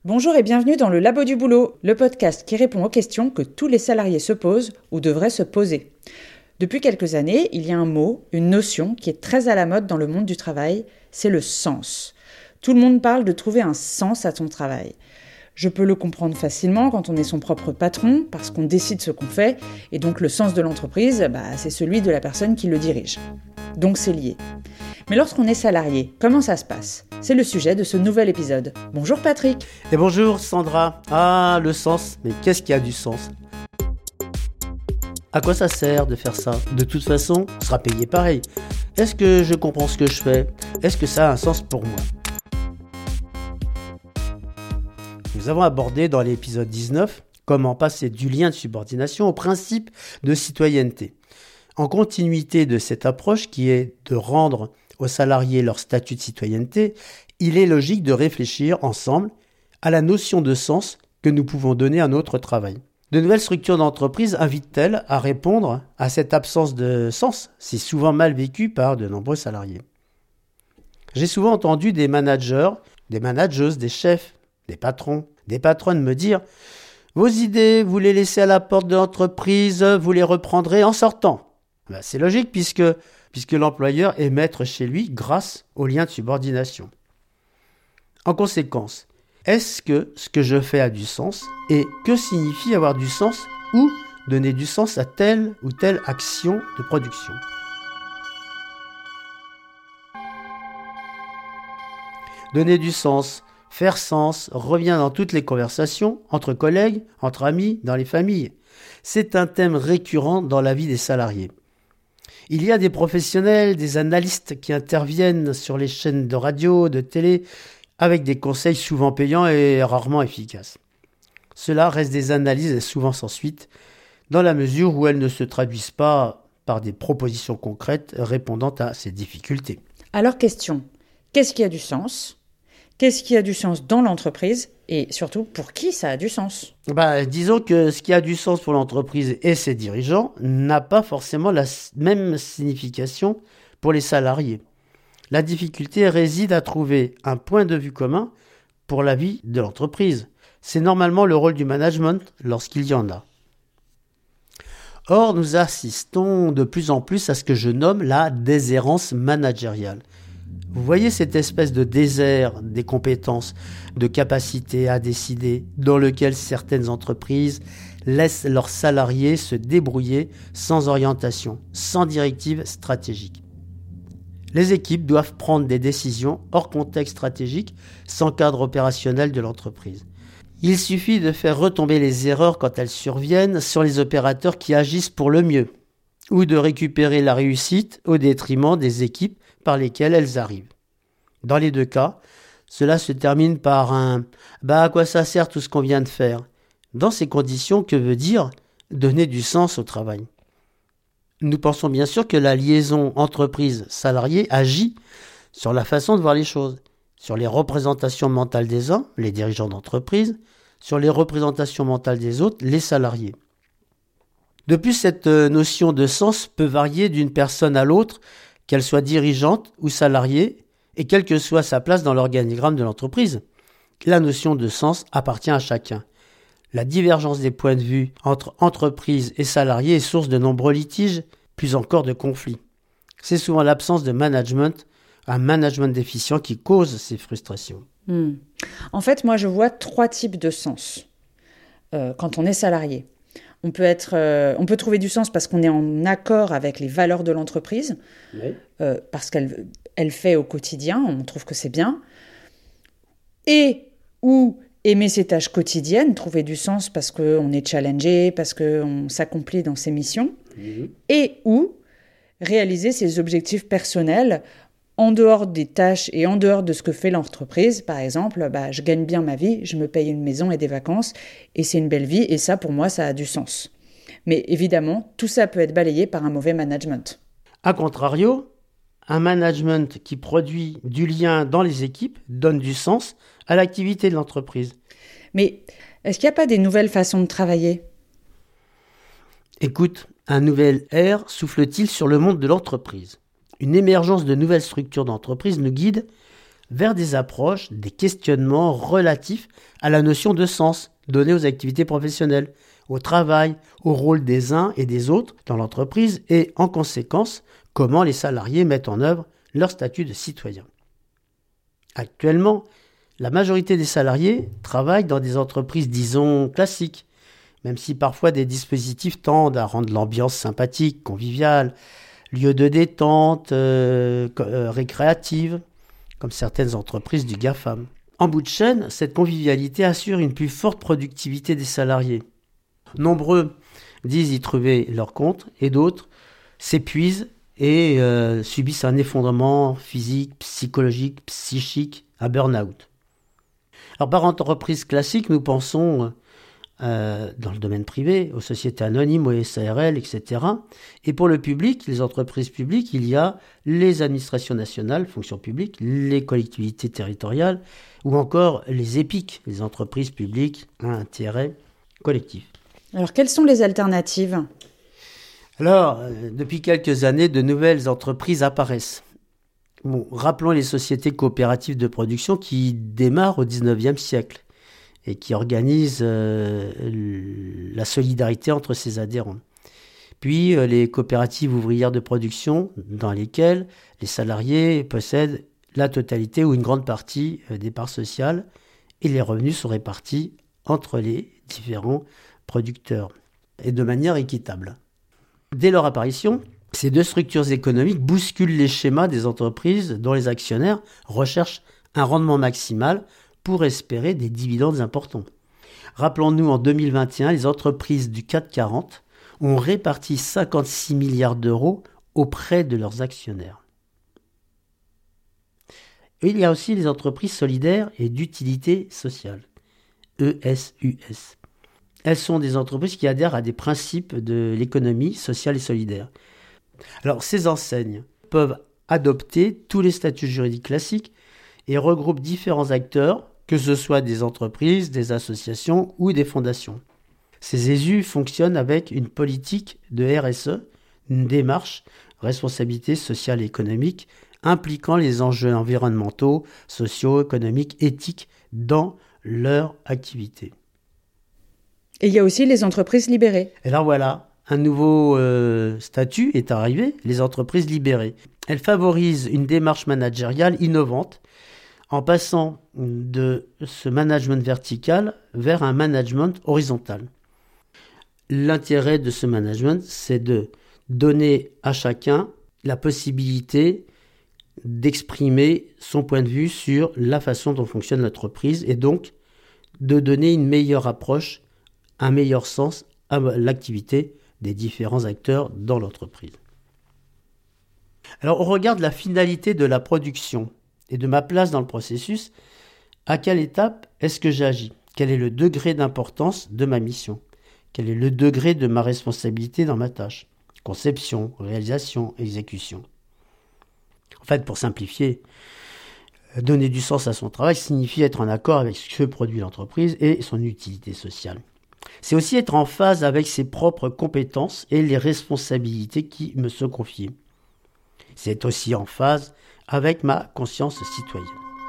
Bonjour et bienvenue dans le Labo du Boulot, le podcast qui répond aux questions que tous les salariés se posent ou devraient se poser. Depuis quelques années, il y a un mot, une notion qui est très à la mode dans le monde du travail, c'est le sens. Tout le monde parle de trouver un sens à son travail. Je peux le comprendre facilement quand on est son propre patron, parce qu'on décide ce qu'on fait, et donc le sens de l'entreprise, c'est celui de la personne qui le dirige. Donc c'est lié. Mais lorsqu'on est salarié, comment ça se passe ? C'est le sujet de ce nouvel épisode. Bonjour Patrick. Et bonjour Sandra. Ah, le sens, mais qu'est-ce qui a du sens ? À quoi ça sert de faire ça ? De toute façon, on sera payé pareil. Est-ce que je comprends ce que je fais ? Est-ce que ça a un sens pour moi ? Nous avons abordé dans l'épisode 19 comment passer du lien de subordination au principe de citoyenneté. En continuité de cette approche qui est de rendre aux salariés leur statut de citoyenneté, il est logique de réfléchir ensemble à la notion de sens que nous pouvons donner à notre travail. De nouvelles structures d'entreprise invitent-elles à répondre à cette absence de sens, si souvent mal vécue par de nombreux salariés ? J'ai souvent entendu des managers, des manageuses, des chefs, des patrons, des patronnes me dire « Vos idées, vous les laissez à la porte de l'entreprise, vous les reprendrez en sortant. » C'est logique puisque l'employeur est maître chez lui grâce au lien de subordination. En conséquence, est-ce que ce que je fais a du sens et que signifie avoir du sens ou donner du sens à telle ou telle action de production ? Donner du sens, faire sens revient dans toutes les conversations, entre collègues, entre amis, dans les familles. C'est un thème récurrent dans la vie des salariés. Il y a des professionnels, des analystes qui interviennent sur les chaînes de radio, de télé, avec des conseils souvent payants et rarement efficaces. Cela reste des analyses et souvent sans suite, dans la mesure où elles ne se traduisent pas par des propositions concrètes répondant à ces difficultés. Alors question, qu'est-ce qui a du sens ? Qu'est-ce qui a du sens dans l'entreprise ? Et surtout, pour qui ça a du sens ? Disons que ce qui a du sens pour l'entreprise et ses dirigeants n'a pas forcément la même signification pour les salariés. La difficulté réside à trouver un point de vue commun pour la vie de l'entreprise. C'est normalement le rôle du management lorsqu'il y en a. Or, nous assistons de plus en plus à ce que je nomme la déshérence managériale. Vous voyez cette espèce de désert des compétences, de capacité à décider, dans lequel certaines entreprises laissent leurs salariés se débrouiller sans orientation, sans directive stratégique. Les équipes doivent prendre des décisions hors contexte stratégique, sans cadre opérationnel de l'entreprise. Il suffit de faire retomber les erreurs quand elles surviennent sur les opérateurs qui agissent pour le mieux, ou de récupérer la réussite au détriment des équipes par lesquelles elles arrivent. Dans les deux cas, cela se termine par un « à quoi ça sert tout ce qu'on vient de faire ?» Dans ces conditions, que veut dire donner du sens au travail ? Nous pensons bien sûr que la liaison entreprise-salarié agit sur la façon de voir les choses, sur les représentations mentales des uns, les dirigeants d'entreprise, sur les représentations mentales des autres, les salariés. De plus, cette notion de sens peut varier d'une personne à l'autre, qu'elle soit dirigeante ou salariée, et quelle que soit sa place dans l'organigramme de l'entreprise. La notion de sens appartient à chacun. La divergence des points de vue entre entreprise et salariés est source de nombreux litiges, plus encore de conflits. C'est souvent l'absence de management, un management déficient qui cause ces frustrations. En fait, moi, je vois 3 types de sens quand on est salarié. On peut trouver du sens parce qu'on est en accord avec les valeurs de l'entreprise, oui. Parce qu'elle fait au quotidien, on trouve que c'est bien. Et ou aimer ses tâches quotidiennes, trouver du sens parce qu'on est challengé, parce qu'on s'accomplit dans ses missions. Et ou réaliser ses objectifs personnels en dehors des tâches et en dehors de ce que fait l'entreprise. Par exemple, je gagne bien ma vie, je me paye une maison et des vacances, et c'est une belle vie, et ça, pour moi, ça a du sens. Mais évidemment, tout ça peut être balayé par un mauvais management. A contrario, un management qui produit du lien dans les équipes donne du sens à l'activité de l'entreprise. Mais est-ce qu'il n'y a pas des nouvelles façons de travailler ? Écoute, un nouvel air souffle-t-il sur le monde de l'entreprise ? Une émergence de nouvelles structures d'entreprise nous guide vers des approches, des questionnements relatifs à la notion de sens donnée aux activités professionnelles, au travail, au rôle des uns et des autres dans l'entreprise et, en conséquence, comment les salariés mettent en œuvre leur statut de citoyen. Actuellement, la majorité des salariés travaillent dans des entreprises, disons, classiques, même si parfois des dispositifs tendent à rendre l'ambiance sympathique, conviviale, lieu de détente, récréative, comme certaines entreprises du GAFAM. En bout de chaîne, cette convivialité assure une plus forte productivité des salariés. Nombreux disent y trouver leur compte et d'autres s'épuisent et subissent un effondrement physique, psychologique, psychique, un burn-out. Alors par entreprise classique, nous pensons dans le domaine privé, aux sociétés anonymes, aux SARL, etc. Et pour le public, les entreprises publiques, il y a les administrations nationales, fonctions publiques, les collectivités territoriales, ou encore les EPIC, les entreprises publiques à intérêt collectif. Alors, quelles sont les alternatives ? Alors, depuis quelques années, de nouvelles entreprises apparaissent. Bon, rappelons les sociétés coopératives de production qui démarrent au XIXe siècle et qui organisent la solidarité entre ses adhérents. Puis les coopératives ouvrières de production dans lesquelles les salariés possèdent la totalité ou une grande partie des parts sociales et les revenus sont répartis entre les différents producteurs et de manière équitable. Dès leur apparition, ces deux structures économiques bousculent les schémas des entreprises dont les actionnaires recherchent un rendement maximal pour espérer des dividendes importants. Rappelons-nous, en 2021, les entreprises du CAC 40 ont réparti 56 milliards d'euros auprès de leurs actionnaires. Et il y a aussi les entreprises solidaires et d'utilité sociale, ESUS. Elles sont des entreprises qui adhèrent à des principes de l'économie sociale et solidaire. Alors, ces enseignes peuvent adopter tous les statuts juridiques classiques et regroupent différents acteurs, que ce soit des entreprises, des associations ou des fondations. Ces ESU fonctionnent avec une politique de RSE, une démarche responsabilité sociale et économique, impliquant les enjeux environnementaux, sociaux, économiques, éthiques dans leur activité. Et il y a aussi les entreprises libérées. Et là voilà, un nouveau statut est arrivé, les entreprises libérées. Elles favorisent une démarche managériale innovante en passant de ce management vertical vers un management horizontal. L'intérêt de ce management, c'est de donner à chacun la possibilité d'exprimer son point de vue sur la façon dont fonctionne l'entreprise et donc de donner une meilleure approche, un meilleur sens à l'activité des différents acteurs dans l'entreprise. Alors, au regard de la finalité de la production et de ma place dans le processus, à quelle étape est-ce que j'agis ? Quel est le degré d'importance de ma mission ? Quel est le degré de ma responsabilité dans ma tâche ? Conception, réalisation, exécution. En fait, pour simplifier, donner du sens à son travail signifie être en accord avec ce que produit l'entreprise et son utilité sociale. C'est aussi être en phase avec ses propres compétences et les responsabilités qui me sont confiées. C'est aussi en phase avec ma conscience citoyenne.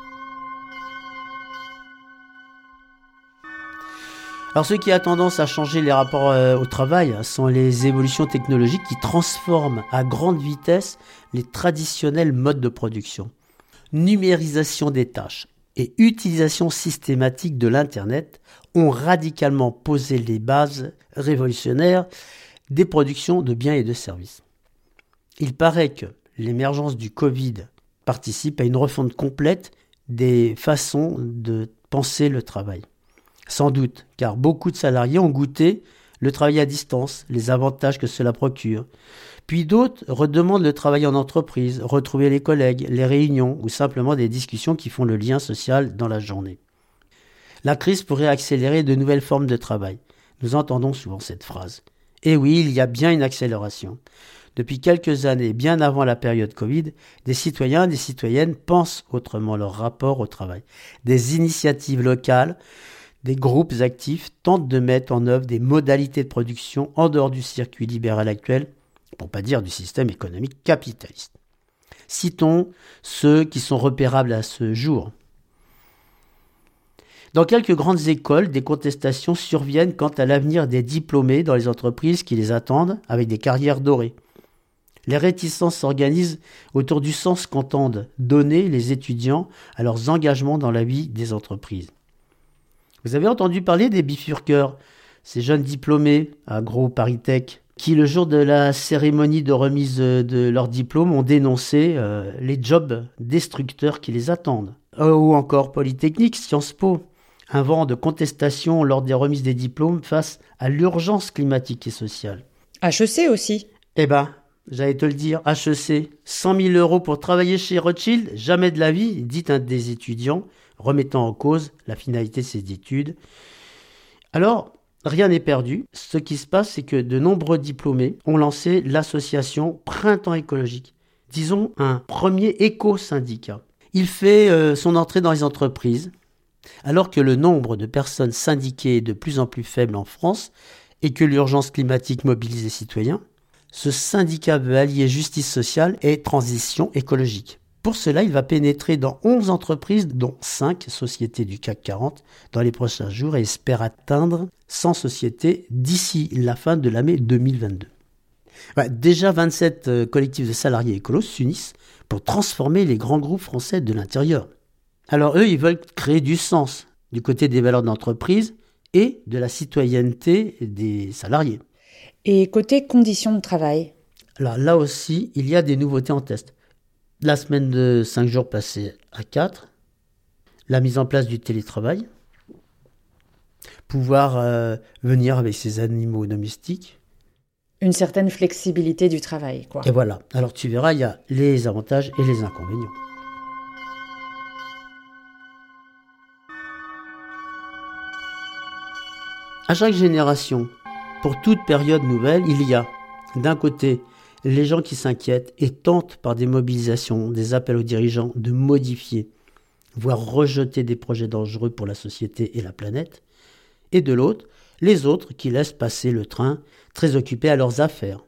Alors, ce qui a tendance à changer les rapports au travail sont les évolutions technologiques qui transforment à grande vitesse les traditionnels modes de production. Numérisation des tâches et utilisation systématique de l'Internet ont radicalement posé les bases révolutionnaires des productions de biens et de services. Il paraît que l'émergence du Covid participe à une refonte complète des façons de penser le travail. Sans doute, car beaucoup de salariés ont goûté le travail à distance, les avantages que cela procure. Puis d'autres redemandent le travail en entreprise, retrouver les collègues, les réunions ou simplement des discussions qui font le lien social dans la journée. La crise pourrait accélérer de nouvelles formes de travail. Nous entendons souvent cette phrase. Et oui, il y a bien une accélération. Depuis quelques années, bien avant la période Covid, des citoyens et des citoyennes pensent autrement leur rapport au travail. Des initiatives locales, des groupes actifs tentent de mettre en œuvre des modalités de production en dehors du circuit libéral actuel, pour ne pas dire du système économique capitaliste. Citons ceux qui sont repérables à ce jour. Dans quelques grandes écoles, des contestations surviennent quant à l'avenir des diplômés dans les entreprises qui les attendent avec des carrières dorées. Les réticences s'organisent autour du sens qu'entendent donner les étudiants à leurs engagements dans la vie des entreprises. Vous avez entendu parler des bifurqueurs, ces jeunes diplômés agro Paris Tech, qui le jour de la cérémonie de remise de leur diplôme ont dénoncé les jobs destructeurs qui les attendent. Ou encore Polytechnique, Sciences Po, un vent de contestation lors des remises des diplômes face à l'urgence climatique et sociale. HEC aussi. Eh ben, j'allais te le dire, HEC, 100 000 € pour travailler chez Rothschild, jamais de la vie, dit un des étudiants, remettant en cause la finalité de ses études. Alors, rien n'est perdu. Ce qui se passe, c'est que de nombreux diplômés ont lancé l'association Printemps écologique. Disons un premier éco-syndicat. Il fait son entrée dans les entreprises, alors que le nombre de personnes syndiquées est de plus en plus faible en France et que l'urgence climatique mobilise les citoyens. Ce syndicat veut allier justice sociale et transition écologique. Pour cela, il va pénétrer dans 11 entreprises, dont 5 sociétés du CAC 40, dans les prochains jours et espère atteindre 100 sociétés d'ici la fin de l'année 2022. Déjà, 27 collectifs de salariés écolos s'unissent pour transformer les grands groupes français de l'intérieur. Alors eux, ils veulent créer du sens du côté des valeurs d'entreprise et de la citoyenneté des salariés. Et côté conditions de travail? Alors là aussi, il y a des nouveautés en test. La semaine de 5 jours passée à 4, la mise en place du télétravail, pouvoir venir avec ses animaux domestiques. Une certaine flexibilité du travail, quoi. Et voilà. Alors tu verras, il y a les avantages et les inconvénients. À chaque génération, pour toute période nouvelle, il y a, d'un côté, les gens qui s'inquiètent et tentent par des mobilisations, des appels aux dirigeants de modifier, voire rejeter des projets dangereux pour la société et la planète, et de l'autre, les autres qui laissent passer le train, très occupés à leurs affaires.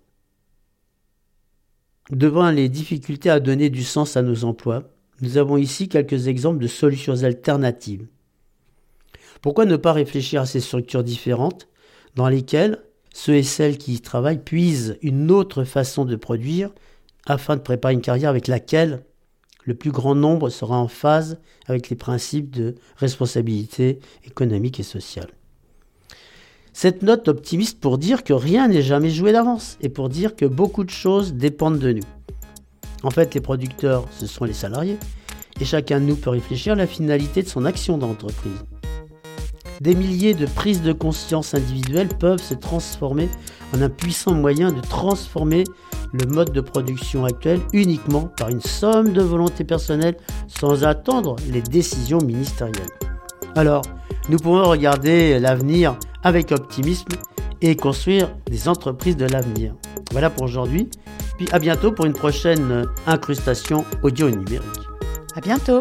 Devant les difficultés à donner du sens à nos emplois, nous avons ici quelques exemples de solutions alternatives. Pourquoi ne pas réfléchir à ces structures différentes dans lesquelles ceux et celles qui y travaillent puisent une autre façon de produire afin de préparer une carrière avec laquelle le plus grand nombre sera en phase avec les principes de responsabilité économique et sociale. Cette note optimiste pour dire que rien n'est jamais joué d'avance et pour dire que beaucoup de choses dépendent de nous. En fait, les producteurs, ce sont les salariés et chacun de nous peut réfléchir à la finalité de son action d'entreprise. Des milliers de prises de conscience individuelles peuvent se transformer en un puissant moyen de transformer le mode de production actuel uniquement par une somme de volonté personnelle sans attendre les décisions ministérielles. Alors, nous pouvons regarder l'avenir avec optimisme et construire des entreprises de l'avenir. Voilà pour aujourd'hui, puis à bientôt pour une prochaine incrustation audio numérique. À bientôt.